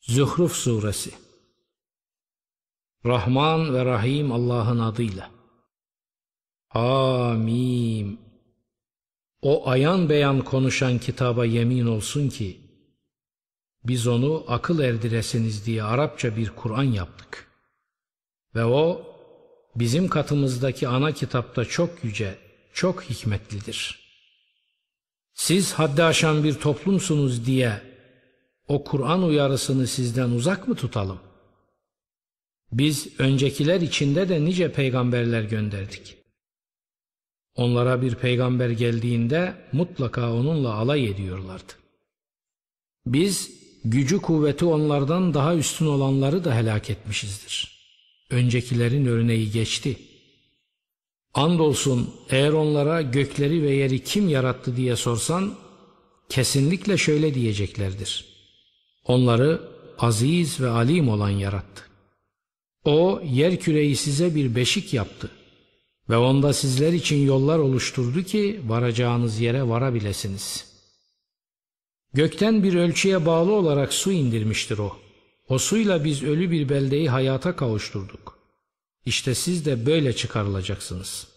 Zuhruf Suresi. Rahman ve Rahim Allah'ın adıyla. Hamim. O ayan beyan konuşan kitaba yemin olsun ki, biz onu akıl erdiresiniz diye Arapça bir Kur'an yaptık. Ve o, bizim katımızdaki ana kitapta çok yüce, çok hikmetlidir. Siz haddi aşan bir toplumsunuz diye, o Kur'an uyarısını sizden uzak mı tutalım? Biz öncekiler içinde de nice peygamberler gönderdik. Onlara bir peygamber geldiğinde mutlaka onunla alay ediyorlardı. Biz gücü kuvveti onlardan daha üstün olanları da helak etmişizdir. Öncekilerin örneği geçti. Andolsun eğer onlara gökleri ve yeri kim yarattı diye sorsan, kesinlikle şöyle diyeceklerdir: onları aziz ve alim olan yarattı. O yerküreyi size bir beşik yaptı ve onda sizler için yollar oluşturdu ki varacağınız yere varabilesiniz. Gökten bir ölçüye bağlı olarak su indirmiştir o. O suyla biz ölü bir beldeyi hayata kavuşturduk. İşte siz de böyle çıkarılacaksınız.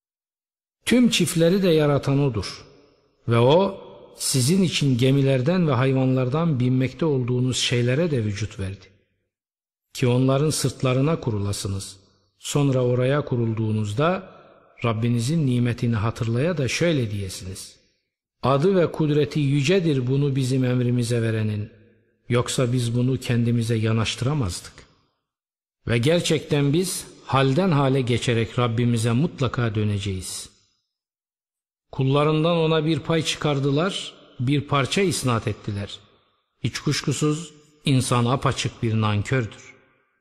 Tüm çiftleri de yaratan odur. Ve o sizin için gemilerden ve hayvanlardan binmekte olduğunuz şeylere de vücut verdi. Ki onların sırtlarına kurulasınız. Sonra oraya kurulduğunuzda Rabbinizin nimetini hatırlaya da şöyle diyesiniz: adı ve kudreti yücedir bunu bizim emrimize verenin. Yoksa biz bunu kendimize yanaştıramazdık. Ve gerçekten biz halden hale geçerek Rabbimize mutlaka döneceğiz. Kullarından ona bir pay çıkardılar, bir parça isnat ettiler. Hiç kuşkusuz insan apaçık bir nankördür.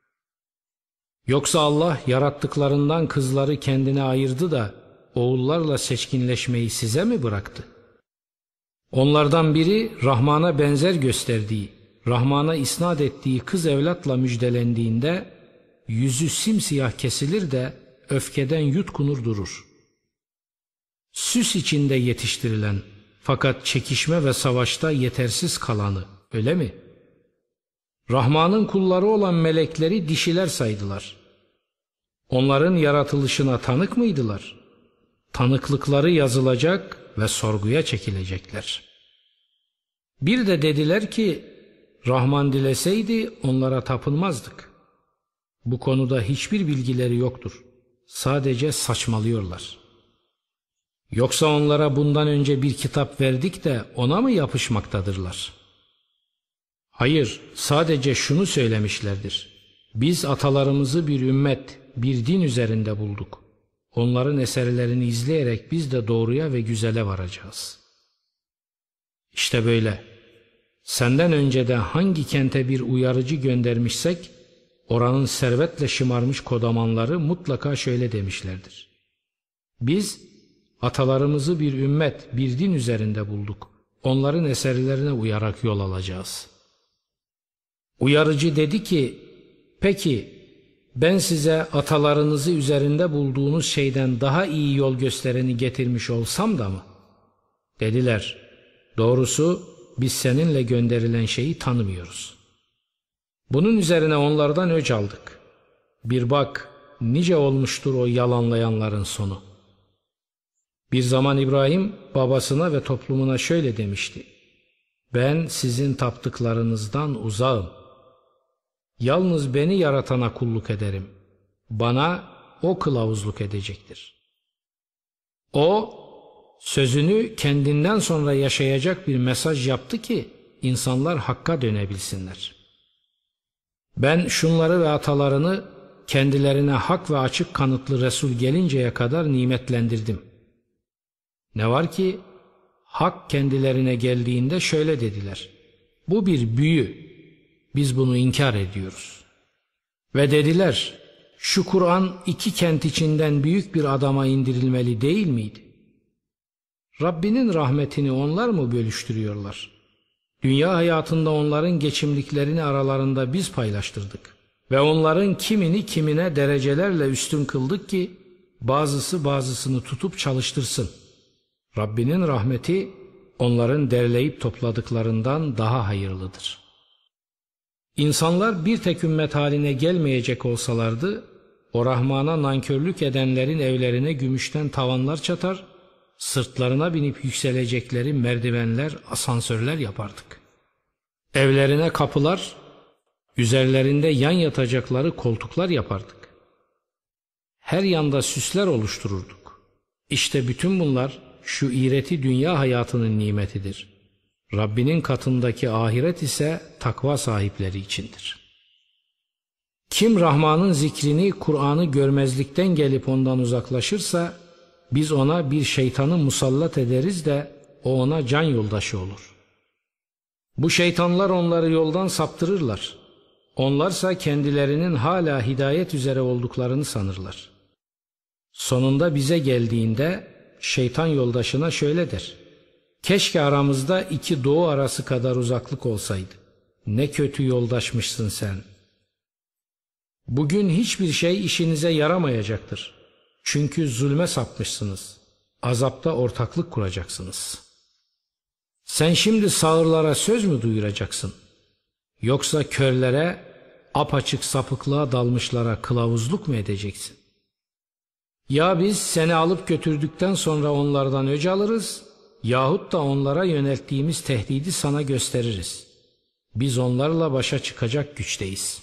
Yoksa Allah yarattıklarından kızları kendine ayırdı da oğullarla seçkinleşmeyi size mi bıraktı? Onlardan biri Rahman'a benzer gösterdiği, Rahman'a isnat ettiği kız evlatla müjdelendiğinde yüzü simsiyah kesilir de öfkeden yutkunur durur. Süs içinde yetiştirilen fakat çekişme ve savaşta yetersiz kalanı, öyle mi? Rahman'ın kulları olan melekleri dişiler saydılar. Onların yaratılışına tanık mıydılar? Tanıklıkları yazılacak ve sorguya çekilecekler. Bir de dediler ki, Rahman dileseydi onlara tapınmazdık. Bu konuda hiçbir bilgileri yoktur. Sadece saçmalıyorlar. Yoksa onlara bundan önce bir kitap verdik de ona mı yapışmaktadırlar? Hayır, sadece şunu söylemişlerdir: biz atalarımızı bir ümmet, bir din üzerinde bulduk. Onların eserlerini izleyerek biz de doğruya ve güzele varacağız. İşte böyle. Senden önce de hangi kente bir uyarıcı göndermişsek, oranın servetle şımarmış kodamanları mutlaka şöyle demişlerdir: biz atalarımızı bir ümmet, bir din üzerinde bulduk. Onların eserlerine uyarak yol alacağız. Uyarıcı dedi ki, peki ben size atalarınızı üzerinde bulduğunuz şeyden daha iyi yol göstereni getirmiş olsam da mı? Dediler, doğrusu biz seninle gönderilen şeyi tanımıyoruz. Bunun üzerine onlardan öc aldık. Bir bak nice olmuştur o yalanlayanların sonu. Bir zaman İbrahim babasına ve toplumuna şöyle demişti: ben sizin taptıklarınızdan uzağım. Yalnız beni yaratana kulluk ederim. Bana o kılavuzluk edecektir. O sözünü kendinden sonra yaşayacak bir mesaj yaptı ki insanlar hakka dönebilsinler. Ben şunları ve atalarını kendilerine hak ve açık kanıtlı Resul gelinceye kadar nimetlendirdim. Ne var ki hak kendilerine geldiğinde şöyle dediler: bu bir büyü, biz bunu inkar ediyoruz. Ve dediler, şu Kur'an 2 kent içinden büyük bir adama indirilmeli değil miydi? Rabbinin rahmetini onlar mı bölüştürüyorlar? Dünya hayatında onların geçimliklerini aralarında biz paylaştırdık. Ve onların kimini kimine derecelerle üstün kıldık ki bazısı bazısını tutup çalıştırsın. Rabbinin rahmeti onların derleyip topladıklarından daha hayırlıdır. İnsanlar bir tek ümmet haline gelmeyecek olsalardı, o Rahman'a nankörlük edenlerin evlerine gümüşten tavanlar çatar, sırtlarına binip yükselecekleri merdivenler, asansörler yapardık. Evlerine kapılar, üzerlerinde yan yatacakları koltuklar yapardık. Her yanda süsler oluştururduk. İşte bütün bunlar şu iğreti dünya hayatının nimetidir. Rabbinin katındaki ahiret ise takva sahipleri içindir. Kim Rahman'ın zikrini, Kur'an'ı görmezlikten gelip ondan uzaklaşırsa, biz ona bir şeytanı musallat ederiz de o ona can yoldaşı olur. Bu şeytanlar onları yoldan saptırırlar. Onlarsa kendilerinin hala hidayet üzere olduklarını sanırlar. Sonunda bize geldiğinde şeytan yoldaşına şöyle der: keşke aramızda iki doğu arası kadar uzaklık olsaydı. Ne kötü yoldaşmışsın sen. Bugün hiçbir şey işinize yaramayacaktır. Çünkü zulme sapmışsınız. Azapta ortaklık kuracaksınız. Sen şimdi sağırlara söz mü duyuracaksın? Yoksa körlere, apaçık sapıklığa dalmışlara kılavuzluk mu edeceksin? Ya biz seni alıp götürdükten sonra onlardan öc alırız, yahut da onlara yönelttiğimiz tehdidi sana gösteririz. Biz onlarla başa çıkacak güçteyiz.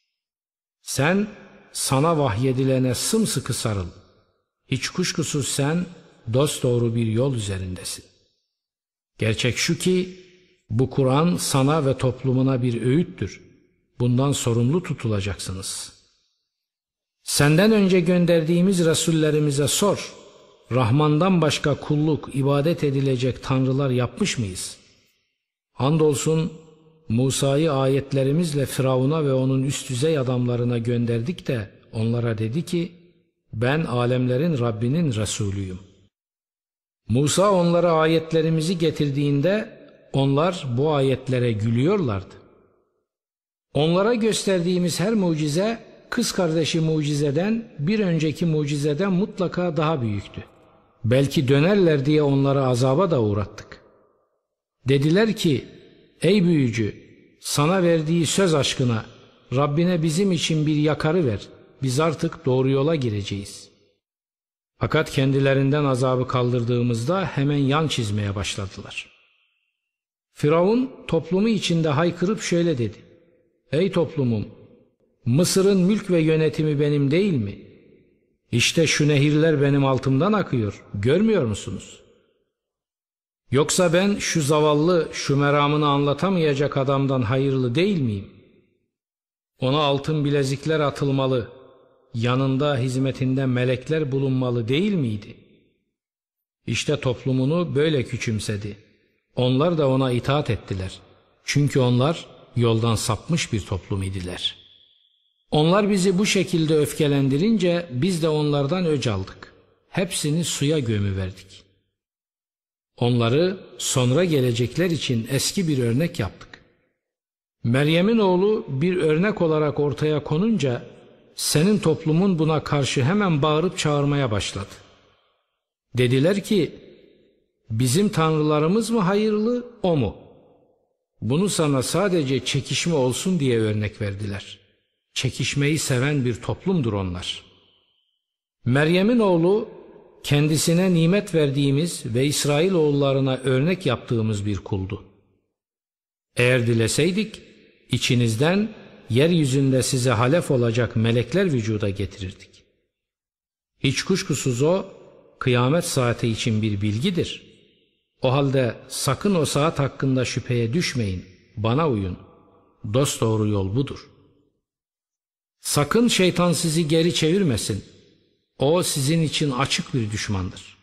Sen sana vahyedilene sımsıkı sarıl. Hiç kuşkusuz sen dosdoğru bir yol üzerindesin. Gerçek şu ki bu Kur'an sana ve toplumuna bir öğüttür. Bundan sorumlu tutulacaksınız. Senden önce gönderdiğimiz Resullerimize sor. Rahman'dan başka kulluk, ibadet edilecek tanrılar yapmış mıyız? Andolsun Musa'yı ayetlerimizle Firavun'a ve onun üst düzey adamlarına gönderdik de onlara dedi ki, ben alemlerin Rabbinin Resulüyüm. Musa onlara ayetlerimizi getirdiğinde onlar bu ayetlere gülüyorlardı. Onlara gösterdiğimiz her mucize kız kardeşi mucizeden, bir önceki mucizeden mutlaka daha büyüktü. Belki dönerler diye onları azaba da uğrattık. Dediler ki, ey büyücü, sana verdiği söz aşkına Rabbine bizim için bir yakarı ver, biz artık doğru yola gireceğiz. Fakat kendilerinden azabı kaldırdığımızda hemen yan çizmeye başladılar. Firavun toplumu içinde haykırıp şöyle dedi: ey toplumum, Mısır'ın mülk ve yönetimi benim değil mi? İşte şu nehirler benim altımdan akıyor, görmüyor musunuz? Yoksa ben şu zavallı, şu meramını anlatamayacak adamdan hayırlı değil miyim? Ona altın bilezikler atılmalı, yanında hizmetinde melekler bulunmalı değil miydi? İşte toplumunu böyle küçümsedi. Onlar da ona itaat ettiler. Çünkü onlar yoldan sapmış bir toplum idiler. Onlar bizi bu şekilde öfkelendirince biz de onlardan öc aldık. Hepsini suya gömüverdik. Onları sonra gelecekler için eski bir örnek yaptık. Meryem'in oğlu bir örnek olarak ortaya konunca senin toplumun buna karşı hemen bağırıp çağırmaya başladı. Dediler ki, bizim tanrılarımız mı hayırlı, o mu? Bunu sana sadece çekişme olsun diye örnek verdiler. Çekişmeyi seven bir toplumdur onlar. Meryem'in oğlu kendisine nimet verdiğimiz ve İsrailoğullarına örnek yaptığımız bir kuldu. Eğer dileseydik içinizden yeryüzünde size halef olacak melekler vücuda getirirdik. Hiç kuşkusuz o kıyamet saati için bir bilgidir. O halde sakın o saat hakkında şüpheye düşmeyin, bana uyun. Dosdoğru yol budur. Sakın şeytan sizi geri çevirmesin. O sizin için açık bir düşmandır.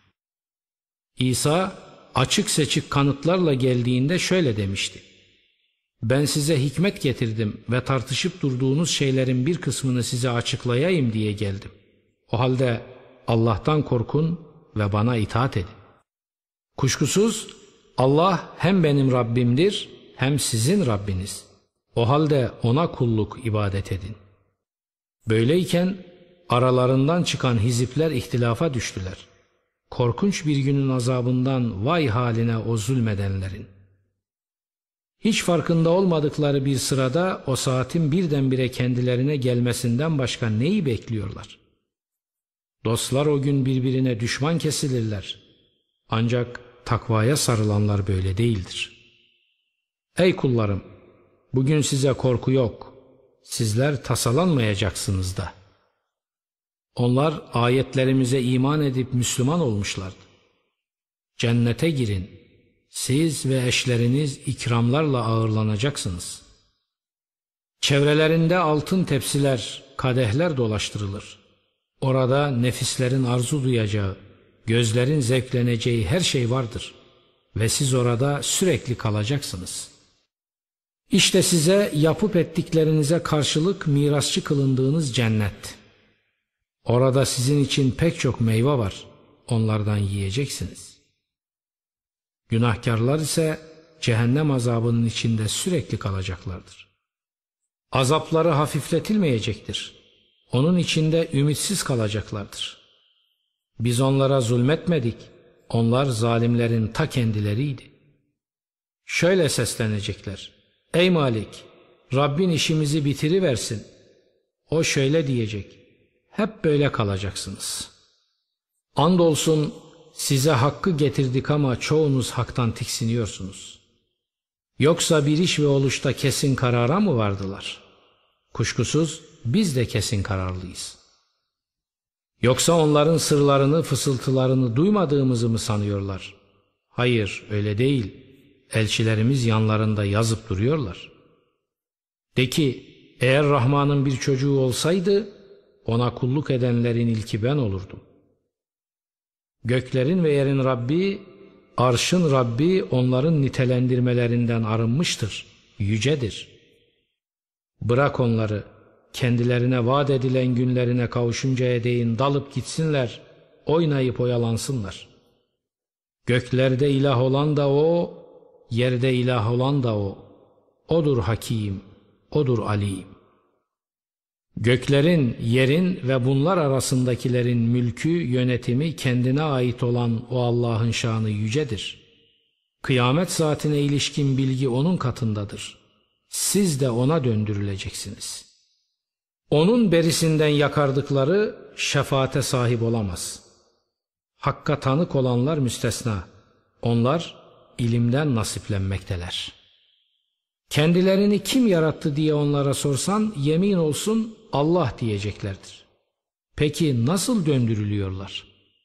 İsa açık seçik kanıtlarla geldiğinde şöyle demişti: ben size hikmet getirdim ve tartışıp durduğunuz şeylerin bir kısmını size açıklayayım diye geldim. O halde Allah'tan korkun ve bana itaat edin. Kuşkusuz Allah hem benim Rabbimdir hem sizin Rabbiniz. O halde ona kulluk, ibadet edin. Böyleyken aralarından çıkan hizipler ihtilafa düştüler. Korkunç bir günün azabından vay haline o zulmedenlerin. Hiç farkında olmadıkları bir sırada o saatin birdenbire kendilerine gelmesinden başka neyi bekliyorlar? Dostlar o gün birbirine düşman kesilirler. Ancak takvaya sarılanlar böyle değildir. Ey kullarım! Bugün size korku yok. Sizler tasalanmayacaksınız da. Onlar ayetlerimize iman edip Müslüman olmuşlardı. Cennete girin. Siz ve eşleriniz ikramlarla ağırlanacaksınız. Çevrelerinde altın tepsiler, kadehler dolaştırılır. Orada nefislerin arzu duyacağı, gözlerin zevkleneceği her şey vardır. Ve siz orada sürekli kalacaksınız. İşte size yapıp ettiklerinize karşılık mirasçı kılındığınız cennet. Orada sizin için pek çok meyve var. Onlardan yiyeceksiniz. Günahkarlar ise cehennem azabının içinde sürekli kalacaklardır. Azapları hafifletilmeyecektir. Onun içinde ümitsiz kalacaklardır. Biz onlara zulmetmedik. Onlar zalimlerin ta kendileriydi. Şöyle seslenecekler: Ey Malik! Rabbin işimizi bitiriversin. O şöyle diyecek: hep böyle kalacaksınız. Andolsun size hakkı getirdik ama çoğunuz haktan tiksiniyorsunuz. Yoksa bir iş ve oluşta kesin karara mı vardılar? Kuşkusuz biz de kesin kararlıyız. Yoksa onların sırlarını, fısıltılarını duymadığımızı mı sanıyorlar? Hayır, öyle değil. Elçilerimiz yanlarında yazıp duruyorlar. De ki, eğer Rahman'ın bir çocuğu olsaydı, ona kulluk edenlerin ilki ben olurdum. Göklerin ve yerin Rabbi, arşın Rabbi onların nitelendirmelerinden arınmıştır, yücedir. Bırak onları, kendilerine vaat edilen günlerine kavuşuncaya değin dalıp gitsinler, oynayıp oyalansınlar. Göklerde ilah olan da O, yerde ilah olan da O. O'dur Hakim, O'dur Alim. Göklerin, yerin ve bunlar arasındakilerin mülkü, yönetimi kendine ait olan o Allah'ın şanı yücedir. Kıyamet saatine ilişkin bilgi O'nun katındadır. Siz de O'na döndürüleceksiniz. O'nun berisinden yakardıkları şefaate sahip olamaz. Hakka tanık olanlar müstesna. Onlar ilimden nasiplenmekteler. Kendilerini kim yarattı diye onlara sorsan yemin olsun Allah diyeceklerdir. Peki nasıl döndürülüyorlar?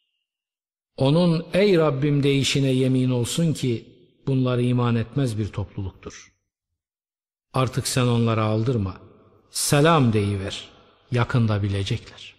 Onun ey Rabbim deyişine yemin olsun ki bunlar iman etmez bir topluluktur. Artık sen onlara aldırma. Selam deyiver. Yakında bilecekler.